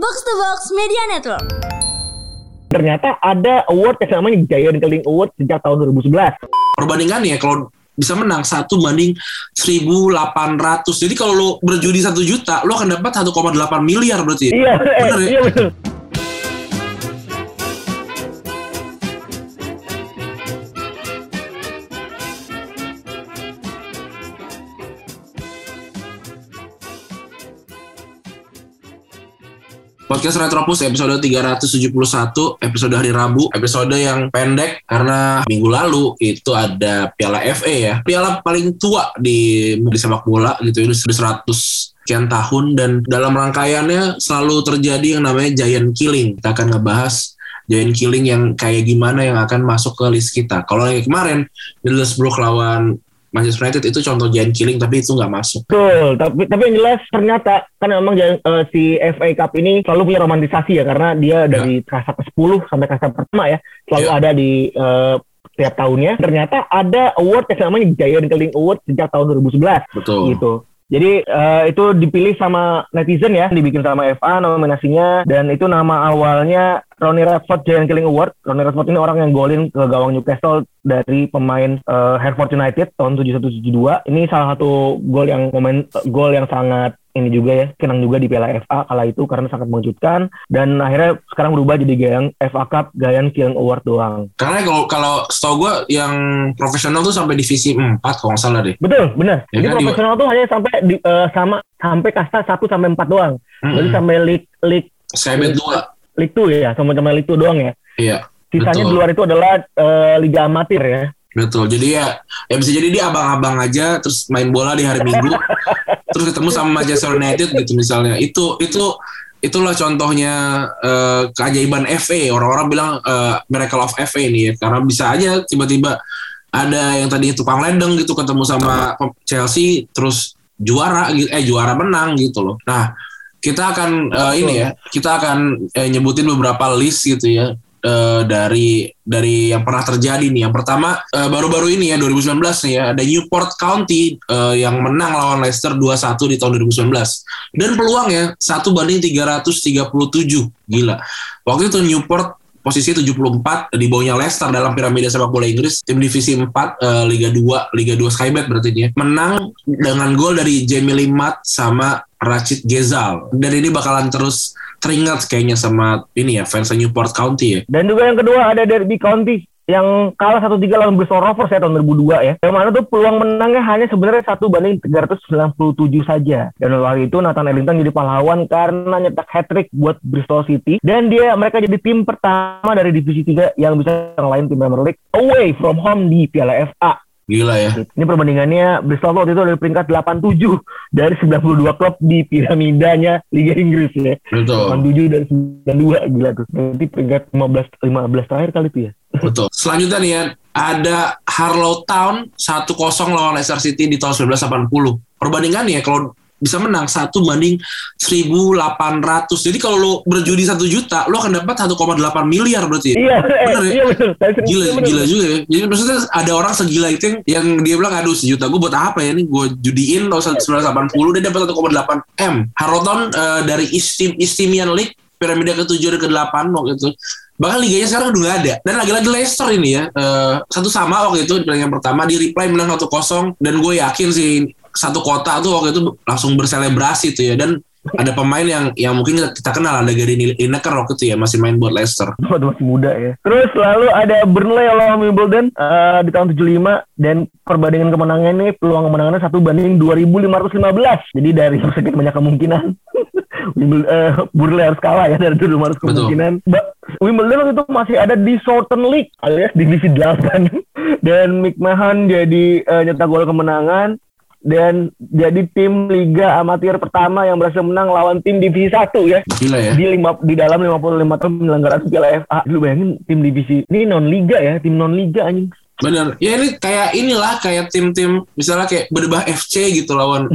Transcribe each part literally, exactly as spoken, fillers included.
Box to Box Media Network. Ternyata ada award yang namanya Giant Killing Award sejak tahun dua ribu sebelas. Perbandingannya kalau bisa menang satu banding seribu delapan ratus. Jadi kalau lo berjudi satu juta, lo akan dapat satu koma delapan miliar berarti. Iya, bener eh, ya? iya betul. Podcast Retropus episode tiga ratus tujuh puluh satu, episode hari Rabu, episode yang pendek karena minggu lalu itu ada Piala F A ya. Piala paling tua di, di sepak bola gitu, itu seratus sekian tahun, dan dalam rangkaiannya selalu terjadi yang namanya Giant Killing. Kita akan ngebahas Giant Killing yang kayak gimana yang akan masuk ke list kita. Kalau yang kemarin Middlesbrough lawan Manchester United itu contoh Giant Killing, tapi itu nggak masuk. Betul, tapi tapi yang jelas ternyata kan memang uh, si F A Cup ini selalu punya romantisasi ya, karena dia dari ya. kasta ke sepuluh sampai kasta pertama ya, selalu ya. ada di uh, tiap tahunnya. Ternyata ada award yang namanya Giant Killing Award sejak tahun dua ribu sebelas. Betul. Gitu. Jadi uh, itu dipilih sama netizen ya, dibikin sama F A nominasinya, dan itu nama awalnya Ronnie Radford Giant Killing Award. Ronnie Radford ini orang yang golin ke gawang Newcastle dari pemain uh, Hereford United tahun tujuh satu tujuh dua. Ini salah satu gol yang momen gol yang sangat ini juga ya, kenang juga di Piala F A kala itu karena sangat mengejutkan, dan akhirnya sekarang berubah jadi Giant F A Cup Giant Killing Award doang. Karena kalau kalau setahu gue yang profesional tuh sampai divisi empat kalau nggak salah deh. Betul, benar. Ya, jadi kan, profesional di... tuh hanya sampai di, uh, sama sampai kasta satu sampai empat doang. Mm-hmm. Jadi sampai League League Skybet dua. League dua ya, sama-sama League dua doang ya. Iya. Sisanya betul. di luar itu adalah uh, liga amatir ya. Betul. Jadi ya, ya bisa jadi dia abang-abang aja, terus main bola di hari Minggu, terus ketemu sama Manchester United gitu misalnya. Itu itu itulah contohnya uh, keajaiban F A. Orang-orang bilang uh, miracle of F A ini ya, karena bisa aja tiba-tiba ada yang tadi tukang ledeng gitu ketemu sama Chelsea, terus juara eh juara menang gitu loh. Nah, kita akan uh, ini ya, kita akan uh, nyebutin beberapa list gitu ya. Uh, dari dari yang pernah terjadi nih. Yang pertama uh, baru-baru ini ya dua ribu sembilan belas nih ya, ada Newport County uh, yang menang lawan Leicester dua satu di tahun dua ribu sembilan belas. Dan peluangnya satu banding tiga ratus tiga puluh tujuh. Gila. Waktu itu Newport posisi tujuh puluh empat di bawahnya Leicester dalam piramida sepak bola Inggris, tim divisi empat uh, Liga dua, Liga dua Skybet berarti dia. Menang dengan gol dari Jamie Limat sama Rachid Ghezal. Dan ini bakalan terus teringat kayaknya sama ini ya, fans Newport County ya. Dan juga yang kedua ada Derby County yang kalah satu tiga lawan Bristol Rovers ya tahun dua ribu dua ya. Yang mana tuh peluang menangnya hanya sebenarnya satu banding tiga ratus sembilan puluh tujuh saja. Dan waktu itu Nathan Ellington jadi pahlawan karena nyetak hat-trick buat Bristol City, dan dia mereka jadi tim pertama dari divisi tiga yang bisa ngalahin tim Premier League away from home di Piala F A. Gila ya. Ini perbandingannya Bristol waktu itu dari peringkat delapan puluh tujuh dari sembilan puluh dua klub di piramidanya Liga Inggris ya. Betul. delapan puluh tujuh dari sembilan puluh dua, gila tuh. Berarti peringkat lima belas lima belas terakhir kali itu ya. Betul. Selanjutnya nih ya, ada Harlow Town satu kosong lawan Leicester City di tahun seribu sembilan ratus delapan puluh. Perbandingannya kalau bisa menang satu banding seribu delapan ratus. Jadi kalau lo berjudi satu juta, lo akan dapat satu koma delapan miliar berarti. Iya, bener eh, ya? Iya betul. Gila, betul. gila juga ya. Jadi maksudnya ada orang segila itu yang, yang dia bilang, aduh sejuta gue buat apa ya, ini gue judiin tahun seribu sembilan ratus delapan puluh, dia dapat satu koma delapan M. Harlow Town uh, dari Istim, Istimian League, piramida ketujuh dan kedelapan waktu itu. Bahkan liganya sekarang udah gak ada. Dan lagi-lagi Leicester ini ya, uh, satu sama waktu itu di pertandingan pertama, di replay menang satu kosong, dan gue yakin sih satu kota tuh waktu itu langsung berselebrasi tuh ya. Dan ada pemain yang yang mungkin kita kenal, ada Gary Lineker waktu itu ya, masih main buat Leicester. Waktu masih muda ya. Terus lalu ada Burnley lawan Wimbledon uh, di tahun tujuh puluh lima, dan perbandingan kemenangan ini peluang kemenangannya satu banding dua ribu lima ratus lima belas. Jadi dari sekian banyak kemungkinan Wimbledon, uh, Burnley harus kalah ya dari dua ribu lima ratus kemungkinan. Ba- Wimbledon waktu itu masih ada di Southern League alias divisi delapan. Dan Mick Mahon jadi uh, nyetak gol kemenangan, dan jadi tim liga amatir pertama yang berhasil menang lawan tim divisi satu ya. Gila ya. Di, lima, di dalam lima puluh lima tahun penyelenggaraan Piala F A. Lu bayangin tim divisi, ini non liga ya, tim non liga anjing. Bener. Ya ini kayak inilah, kayak tim-tim misalnya kayak Berdebah F C gitu lawan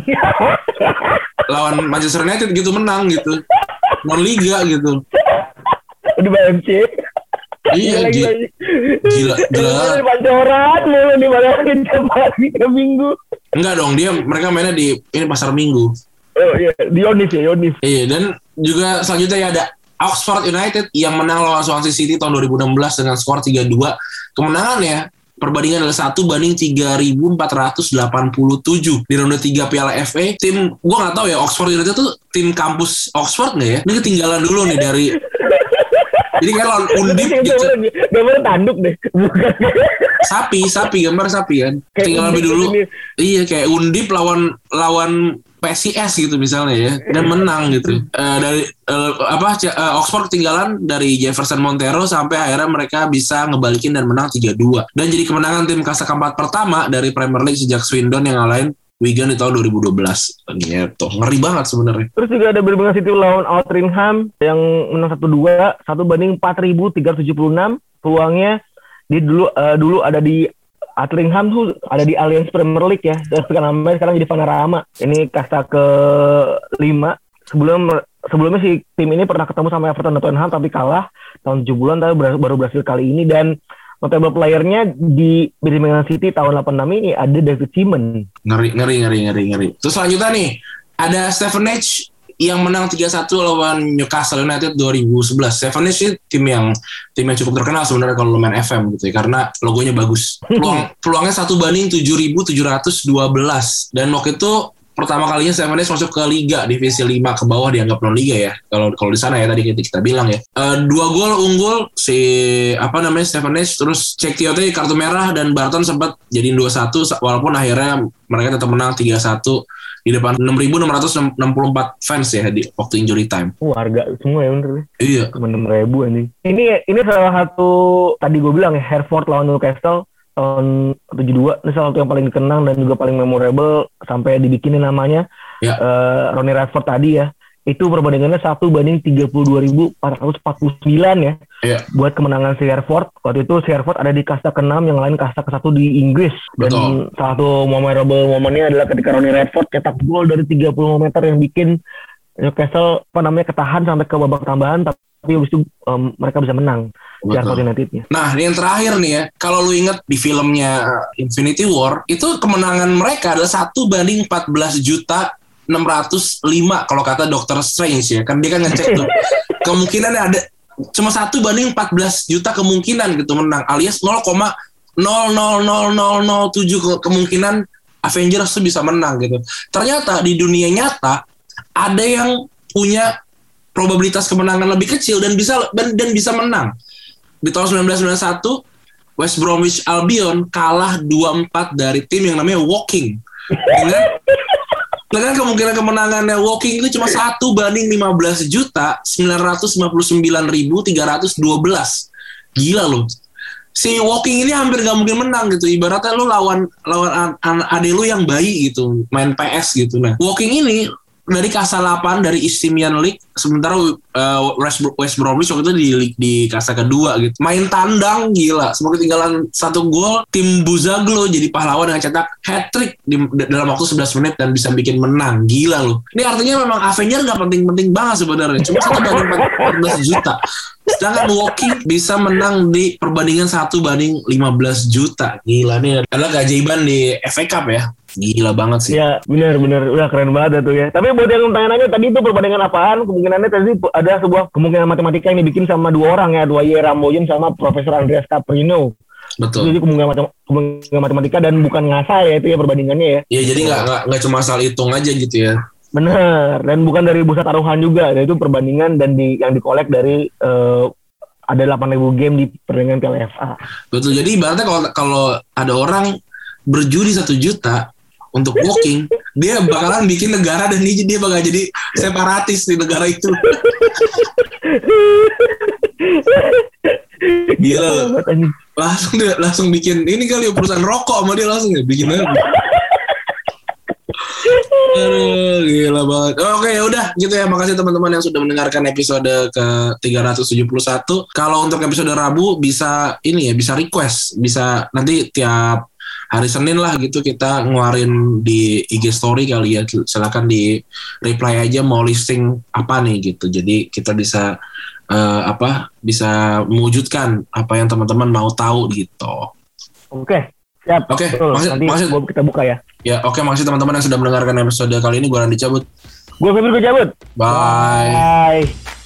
lawan Manchester United gitu menang gitu. Non liga gitu. Berdebah F C. Iya, gila, gila, gila. Di Pancoran, mulu di mana tiap hari ke Minggu. Enggak dong, dia mereka mainnya di ini Pasar Minggu. Oh iya, di Yonis ya, Yonis. Iya, dan juga selanjutnya ya ada Oxford United yang menang lawan Swansea City tahun dua ribu enam belas dengan skor tiga dua. Kemenangannya perbandingan adalah satu banding tiga ribu empat ratus delapan puluh tujuh di ronde tiga Piala F A. Tim, gue nggak tahu ya Oxford United tuh tim kampus Oxford nggak ya? Ini ketinggalan dulu nih dari. Jadi kan lawan Undip gitu. Gambar tanduk deh. Sapi, sapi gambar sapi kan. Tinggal lebih dulu. Iya kayak Undip lawan lawan P S I S gitu misalnya ya, dan menang gitu. Uh, dari uh, apa uh, Oxford ketinggalan dari Jefferson Montero sampai akhirnya mereka bisa ngebalikin dan menang tiga dua. Dan jadi kemenangan tim kasta keempat pertama dari Premier League sejak Swindon yang ngalahin Wigan di tahun dua ribu dua belas. Gitu. Ngeri banget sebenarnya. Terus juga ada Birmingham City lawan Altrincham yang menang satu dua, satu banding empat ribu tiga ratus tujuh puluh enam. Peluangnya di dulu uh, dulu ada di Altrincham tuh ada di Allianz Premier League ya. Dan sekarang sekarang jadi Panorama. Ini kasta ke lima. Sebelum sebelumnya si tim ini pernah ketemu sama Everton dan Tottenham tapi kalah tahun tujuh bulan, tapi baru berhasil kali ini. Dan notable playernya di Birmingham City tahun delapan puluh enam ini ada David Seaman. Ngeri, ngeri, ngeri, ngeri, ngeri. Terus selanjutnya nih, ada Stevenage yang menang tiga satu lawan Newcastle United dua ribu sebelas. Stevenage ini tim yang tim yang cukup terkenal sebenarnya kalau main F M gitu ya, karena logonya bagus. Peluang peluangnya satu banding tujuh ribu tujuh ratus dua belas. Dan waktu itu pertama kalinya Stevenage masuk ke Liga divisi lima ke bawah, dianggap non liga ya. Kalau kalau di sana ya tadi kita, kita bilang ya. Uh, dua gol unggul si apa namanya Stevenage, terus Cek Tiote kartu merah dan Barton sempat jadiin dua satu walaupun akhirnya mereka tetap menang tiga satu di depan enam ribu enam ratus enam puluh empat fans ya di waktu injury time. Oh, harga semua ya bener. Iya. enam ribu anjing. Ini ini salah satu tadi gue bilang ya, Hereford lawan Newcastle tahun tujuh dua. Ini salah satu yang paling dikenang dan juga paling memorable sampai dibikinin namanya ya. uh, Ronnie Radford tadi ya. Itu perbandingannya satu banding tiga puluh dua ribu empat ratus empat puluh sembilan ya. Iya. Buat kemenangan si Hereford. Waktu itu si Hereford ada di kasta keenam, yang lain kasta ke satu di Inggris. Dan betul. Salah satu memorable momennya adalah ketika Ronnie Radford cetak gol dari tiga puluh meter yang bikin Newcastle apa namanya ketahan sampai ke babak tambahan, tapi habis itu um, mereka bisa menang. Hereford Unitednya. Nah, yang terakhir nih ya, kalau lu inget di filmnya Infinity War, itu kemenangan mereka adalah satu banding empat belas juta enam ratus lima kalau kata Doctor Strange ya, kan dia kan ngecek tuh kemungkinan ada cuma satu banding empat belas juta kemungkinan gitu menang, alias nol koma nol nol nol nol nol tujuh kemungkinan Avengers tuh bisa menang gitu. Ternyata di dunia nyata ada yang punya probabilitas kemenangan lebih kecil dan bisa dan, dan bisa menang. Di tahun seribu sembilan ratus sembilan puluh satu West Bromwich Albion kalah dua empat dari tim yang namanya Woking dengan dengan kemungkinan kemenangannya Woking itu cuma satu banding lima belas juta sembilan ratus lima puluh sembilan ribu tiga ratus dua belas. Gila loh. Si Woking ini hampir gak mungkin menang gitu. Ibaratnya lu lawan lawan ade lu yang bayi gitu, main P S gitu. Nah, Woking ini dari kasta delapan dari East Simian League, sementara uh, West, West Bromwich waktu itu di, di kasta kedua gitu. Main tandang gila, semoga ketinggalan satu gol, tim Buzaglo jadi pahlawan dengan cetak hat-trick di, dalam waktu sebelas menit dan bisa bikin menang. Gila loh. Ini artinya memang Avenger gak penting-penting banget sebenarnya. Cuma satu banding empat belas juta. Sedangkan Woking bisa menang di perbandingan satu banding lima belas juta. Gila nih adalah keajaiban di F A Cup ya. Gila banget sih. Ya benar-benar udah keren banget tuh ya. Tapi buat yang tanya-tanya tadi itu perbandingan apaan? Kemungkinannya tadi ada sebuah kemungkinan matematika yang dibikin sama dua orang ya, dua Y Rambojen sama Profesor Andreas Caprino. Betul. Jadi kemungkinan, matem- kemungkinan matematika dan bukan ngasal ya itu ya perbandingannya ya. Iya, jadi nggak nggak nggak cuma asal hitung aja gitu ya. Bener, dan bukan dari bursa taruhan juga, dan itu perbandingan dan di yang dikolek dari uh, ada delapan ribu game di pertandingan Piala F A. Betul, jadi ibaratnya kalau kalau ada orang berjudi satu juta untuk Woking, dia bakalan bikin negara dan dia, dia bakal jadi separatis di negara itu. Gila, langsung dia langsung bikin ini kali ya, perusahaan rokok sama dia langsung ya bikin apa? Aduh, gila banget. Oke, ya udah gitu ya. Makasih teman-teman yang sudah mendengarkan episode ke tiga ratus tujuh puluh satu. Kalau untuk episode Rabu bisa ini ya, bisa request, bisa nanti tiap hari Senin lah gitu kita ngeluarin di I G story kali ya. Silakan di reply aja mau listing apa nih gitu. Jadi kita bisa uh, apa? Bisa mewujudkan apa yang teman-teman mau tahu gitu. Oke. Siap. Oke, okay, makasih, makasih. Kita buka ya. Ya, oke, okay, makasih teman-teman yang sudah mendengarkan episode kali ini. Gue Randy cabut. Gue Febri, gue cabut. Bye. Bye.